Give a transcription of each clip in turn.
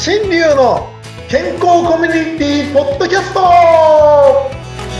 新流の健康コミュニティポッドキャスト。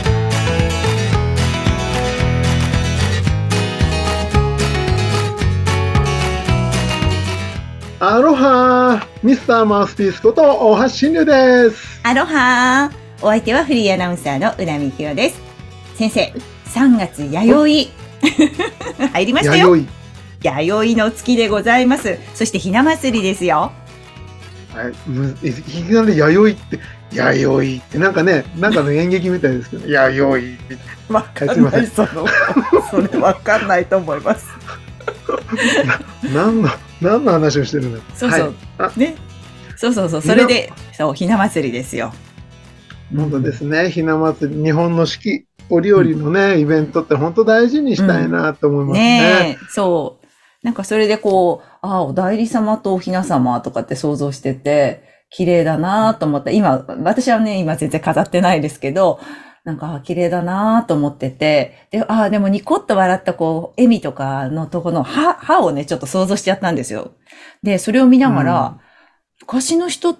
アロハー、ミスターマウスピースこと大橋新流です。 アロハー、お相手はフリーアナウンサーの浦美ひろです。先生、3月弥生入りましたよ。弥生の月でございます。そしてひな祭りですよ。 はい、いきなり弥生ってなんかね、なんかの演劇みたいですけど、弥生みたいな。わかんない、それわかんないと思います。 何の話をしてるんだ。 そうそう、はい、ね、そう、それでそうひな祭りですよ。 本当ですね、ひな祭り、日本の四季折々のね、イベントって本当大事にしたいなと思いますね。 そう。なんかそれでこう、お代理様とおひな様とかって想像してて、綺麗だなと思って、今、私はね、今全然飾ってないですけど、なんか綺麗だなと思ってて、でもニコッと笑ったこう、笑みとかのとこの歯をね、ちょっと想像しちゃったんですよ。で、それを見ながら、昔の人って、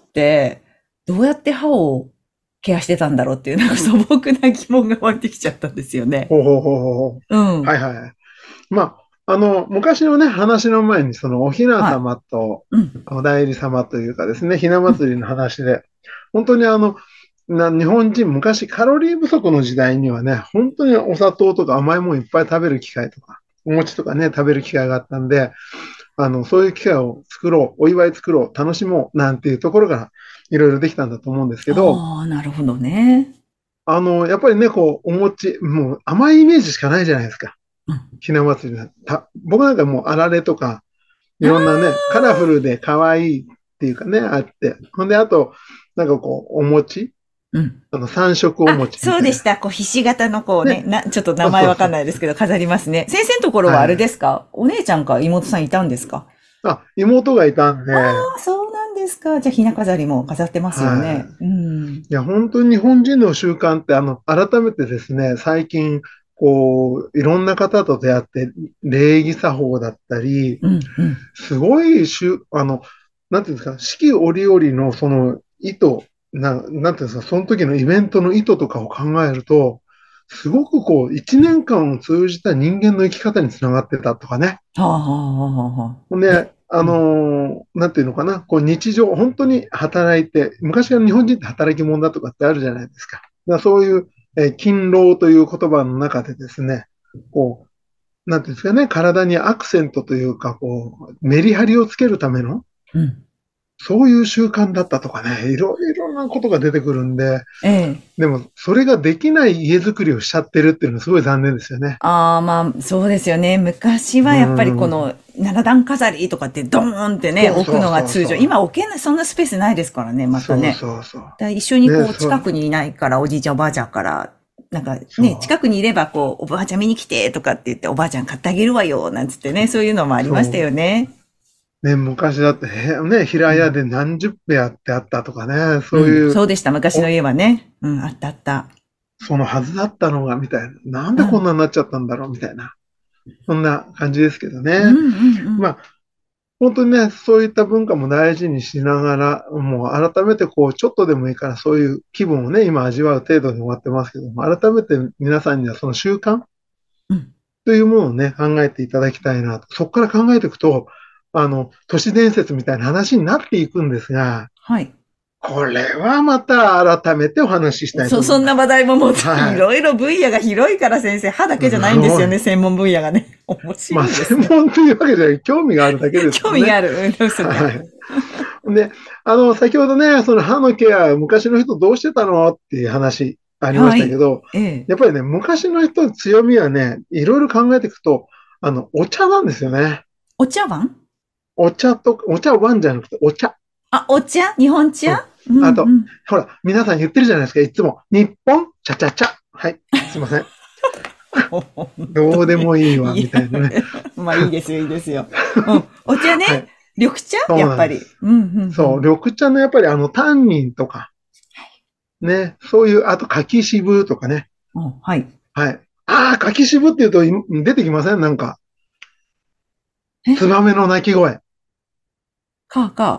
どうやって歯をケアしてたんだろうっていう、なんか素朴な疑問が湧いてきちゃったんですよね。 うん。はいはい。まあ、昔のね、話の前に、そのおひな様と、お代理様というかですね、ひな祭りの話で、本当に日本人昔カロリー不足の時代にはね、本当にお砂糖とか甘いものいっぱい食べる機会とか、お餅とかね、食べる機会があったんで、そういう機会を作ろう、お祝い作ろう、楽しもう、なんていうところからいろいろできたんだと思うんですけど、 なるほどね。 やっぱりね、こう、お餅、もう甘いイメージしかないじゃないですか。ひな祭り僕なんかもうあられとか、いろんなね、カラフルで可愛いっていうかね、あって。ほんで、あと、なんかこう、お餅、三色お餅みたいな。 そうでした。こう、ひし形のこうね、ちょっと名前わかんないですけど、飾りますね。先生のところはあれですか、お姉ちゃんか妹さんいたんですか？ 妹がいたんで。 そうなんですか。じゃあ、ひな飾りも飾ってますよね。 いや、本当に日本人の習慣って、改めてですね、最近、こう、いろんな方と出会って、礼儀作法だったり、すごいなんていうんですか、四季折々のその意図、なんていうんですか、その時のイベントの意図とかを考えると、すごくこう、一年間を通じた人間の生き方につながってたとかね。ほんで、なんていうのかな、こう日常、本当に働いて、昔から日本人って働き者だとかってあるじゃないですか。そういう、勤労という言葉の中でですね、こう、なんていうんですかね、体にアクセントというか、こう、メリハリをつけるための、そういう習慣だったとかね、いろなことが出てくるんで、でも、それができない家づくりをしちゃってるっていうのはすごい残念ですよね。 まあ、そうですよね。昔はやっぱりこの七段飾りとかってドーンってね、置くのが通常。今置けない、そんなスペースないですからね、またね。一緒にこう、近くにいないから、おじいちゃんおばあちゃんから、なんかね、近くにいればこう、おばあちゃん見に来てとかって言って、おばあちゃん買ってあげるわよ、なんつってね、そういうのもありましたよね。 ね、昔だってね、平屋で何十部屋ってあったとかね、そういう。 そうでした、昔の家はね。あったあった。 そのはずだったのが、みたいな。なんでこんなになっちゃったんだろう、みたいな。そんな感じですけどね。まあ、本当にね、そういった文化も大事にしながら、もう改めてこう、ちょっとでもいいからそういう気分をね、今味わう程度で終わってますけども、改めて皆さんにはその習慣というものをね、考えていただきたいなと。そこから考えていくと、都市伝説みたいな話になっていくんですが、 はい。 これはまた改めてお話ししたいと思います。 そんな話題ももう、いろいろ分野が広いから先生、歯だけじゃないんですよね、専門分野がね。面白いですね。 専門というわけじゃない、興味があるだけですね。興味がある。はい。 で、先ほどね、その歯のケア、昔の人どうしてたのっていう話ありましたけど、やっぱりね、昔の人の強みはね、いろいろ考えていくと、お茶なんですよね。 お茶碗？ お茶碗じゃなくてお茶。 お茶？日本茶？ あと、ほら、皆さん言ってるじゃないですか、いつも。日本、茶茶茶。はい、すいません。どうでもいいわ、みたいなね。 まあいいですよ、いいですよ。お茶ね。緑茶やっぱり。 そう、緑茶のやっぱりタンニンとか、ね、そういう、あと柿渋とかね。 はい。 はい。柿渋って言うと出てきません？なんか。ツバメの鳴き声。 か。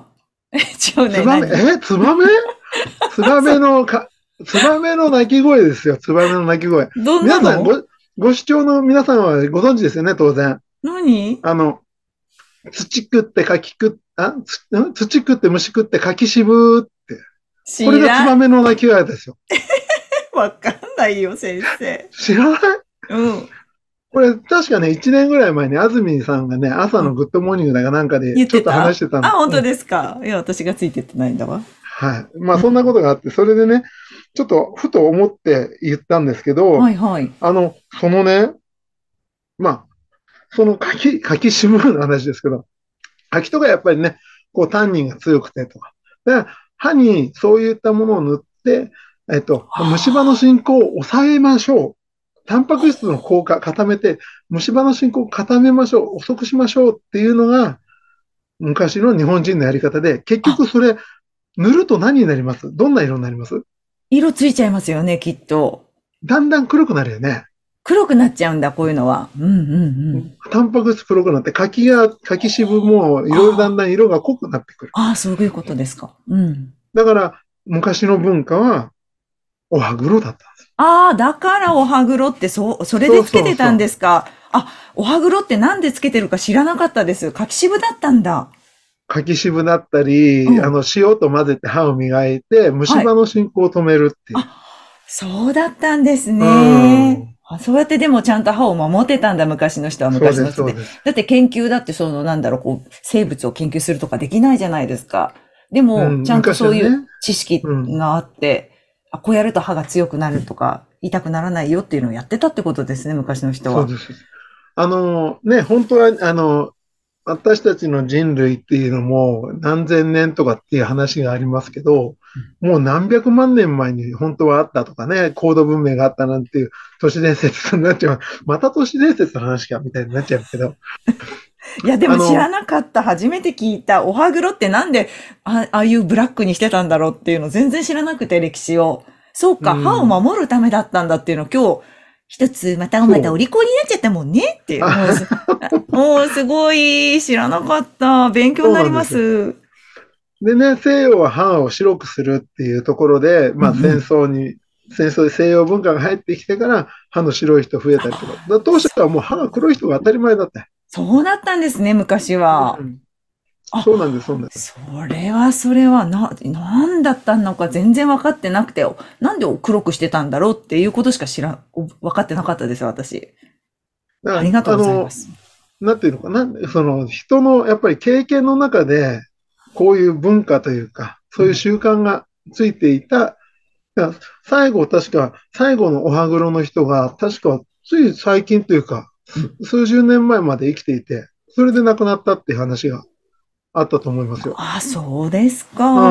違うね、 ツバメ、 何？ ツバメツバメのか、ツバメの鳴き声ですよ、ツバメの鳴き声。 どんな皆さん、 の？ ご視聴の皆さんはご存知ですよね、当然。 何？ あの、土食って柿食っ、土食って虫食って柿渋って。これがツ知らん。 バメの鳴き声ですよ。 わかんないよ、先生。 知らない？ うん。 これ確かね、1年ぐらい前に安住さんがね、朝うん。 のグッドモーニングだかなんかで言っちょっと話てた？あ、 してたん。 本当うん。 ですか。いや、私がついてってないんだわ。 はい。まあうん。 そんなことがあって、それでね、ちょっとふと思って言ったんですけど、 はいはい。 そのね、まあ、その柿渋の話ですけど、柿とかやっぱりね、こうタンニンが強くてとか。だから歯にそういったものを塗って、虫歯のあ進行を抑えましょう。タンパク質の効果固めて、虫歯の進行を固めましょう。遅くしましょうっていうのが、昔の日本人のやり方で、結あ、 局それ、塗ると何になります？どんな色になります？ 色ついちゃいますよね、きっと。 だんだん黒くなるよね。 黒くなっちゃうんだ、こういうのは。うんうんうん。 タンパク質黒くなって、柿渋もいろいろだんあだん色が濃くなってくる。 あ、ああ、そういうことですか。うん。 だから、昔の文化は、お歯黒だったんです。 ああ、だからお歯黒ってそれでそうつけてたんそうそう。 ですか。あ、お歯黒ってなんでつけてるか知らなかったです。柿渋だったんだ。 柿渋だったり、 うん。 塩と混ぜて歯を磨いて、虫はい。 歯の進行を止めるっていう。 あ、そうだったんですうね。 ん。 あ、そうやってでもちゃんと歯を守ってたんだ、昔の人はそうです、 昔の人で。 そうです。 だって研究だってこう、生物を研究するとかできないじゃないですか。でも、 うん、 ちゃんと昔はね。 そういう知識うん。 があって、あ、こうやると歯が強くなるとか、痛くならないよっていうのをやってたってことですね、昔の人は。 そうです。本当は、私たちの人類っていうのも何千年とかっていう話がありますけど、もう何百万年前に本当はあったとかね、高度文明があったなんていう都市伝説になっちゃう。また都市伝説の話かみたいになっちゃうけど、 いや、でも知らあの、 なかった。初めて聞いた。お歯黒ってなんでああいうブラックにしてたんだろうっていうの全然知らなくて、歴史を。そううか、歯をん、 守るためだったんだっていうのを今日、一つまたおそう。 利口になっちゃったもんねっていう。 あもうすごい知らなかった。勉強になりまそうなんですよ。 す。 でね、西洋は歯を白くするっていうところで、まあうんうん。 戦争で西洋文化が入ってきてから歯の白い人増えたりとか、当初はもう歯が黒い人が当たり前だった。 そうだったんですね、昔は。 うん。そうなんです、そうあ、 なんです。 それは、なんだったのか全然分かってなくて、なんで黒くしてたんだろうっていうことしか分かってなかったです、私。あだから、 りがとうございます。 なんていうのかな、その人のやっぱり経験の中で、こういう文化というか、そういううん。 習慣がついていた。だから最後のお歯黒の人が、確かつい最近というか、 うん。 数十年前まで生きていて、それで亡くなったっていう話があったと思いますよ。 あ、そうですうん。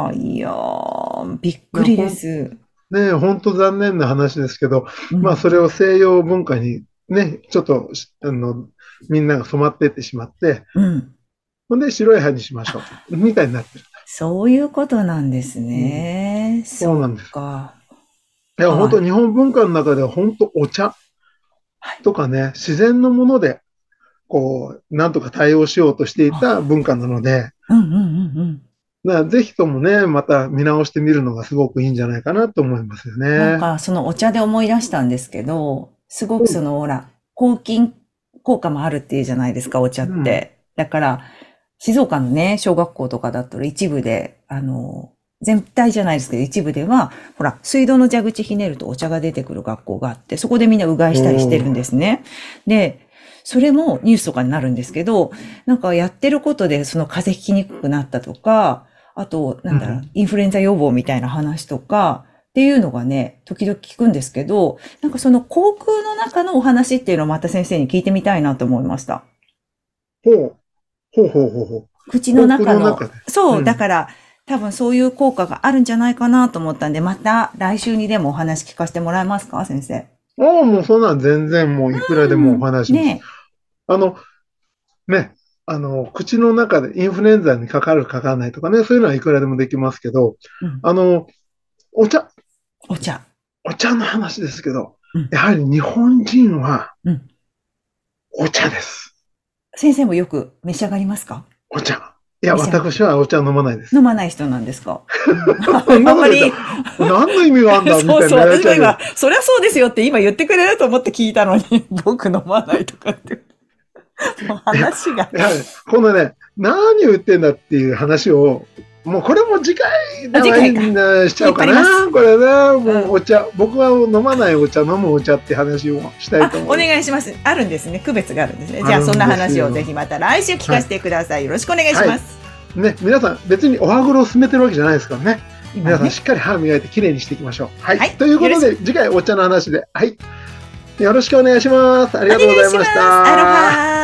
か。いやー、びっくりでなほん、 す。 ね、本当残念な話ですけど、まあ、 うん。 それを西洋文化にね、ちょっと、みんなが染まっていってしまって、 うん。 ほんで白い歯にしましょう。みたいになってる。 そういうことなんですうん。 ね。そそうなんです。 うか。 いや、本はい。 当日本文化の中では本当お茶はい。 とかね、自然のもので、なんとか対応しようとしていたあ、 文化なので、 うんうんうんうん。 ぜひともね、また見直してみるのがすごくいいんじゃないかなと思いますよね。 そのお茶で思い出したんですけど、すごくうん。 ほら、抗菌効果もあるっていうじゃないですか、お茶っうん。 て。だから、静岡のね、小学校とかだったら一部で、全体じゃないですけど、一部では、ほら、水道の蛇口ひねるとお茶が出てくる学校があって、そこでみんなうがいおしたりしてるんでー。 すね。で、それもニュースとかになるんですけど、なんかやってることでその風邪ひきにくくなったとか、あと、 うんインフルエンザ予防みたいな話とか、っていうのがね、時々聞くんですけど、なんかその航空の中のお話っていうのをまた先生に聞いてみたいなと思いました。 ほう。ほうほうほうほう。 口の航空中の、 の中で。 そう、だうん。 から多分そういう効果があるんじゃないかなと思ったんで、また来週にでもお話聞かせてもらえますか、先生。 ああ、もうそんなん全然もういくらでもおうん。 話します。 ねあの、ね、口の中でインフルエンザにかかるかからないとかね、そういうのはいくらでもできますけど、 え。うん。 あの、お茶、 お茶。 お茶の話ですけど、 うん。 やはり日本人はうん。 お茶です。 先生もよく召し上がりますか？ お茶。 いや、 医者私はお茶飲まないです。 飲まない人なんですか？ そんなあんまり、 こと言ったら、何の意味があるんだみたいにそうそう、 なられちゃうけど。 私も今、そりゃそうですよって今言ってくれると思って聞いたのに、僕飲まないとかって。もういや、 話が。 いやこのね、何を言ってんだっていう話を、もうこれも次回あ、次回か。 しちゃおうか引っ張ります。 な。これね、もううん。 お茶、僕は飲まないお茶、飲むお茶って話をしたいとお思います。 願いします。あるんですね。区別があるんですね。じゃあ、 あるんそんなですよ。 話をぜひまた来週聞はい。 かせてください。よろしくお願いしはい。 ます。 ね、皆さん別にお歯黒を進めてるわけじゃないですからね。 今はね。 皆さんしっかり歯磨いてきれいにしていきましょう。はい。 はい。 というこよろしくとで、次回お茶の話で、はい。よろしくお願いします。ありお願がとうございましいします。アロた。 ハ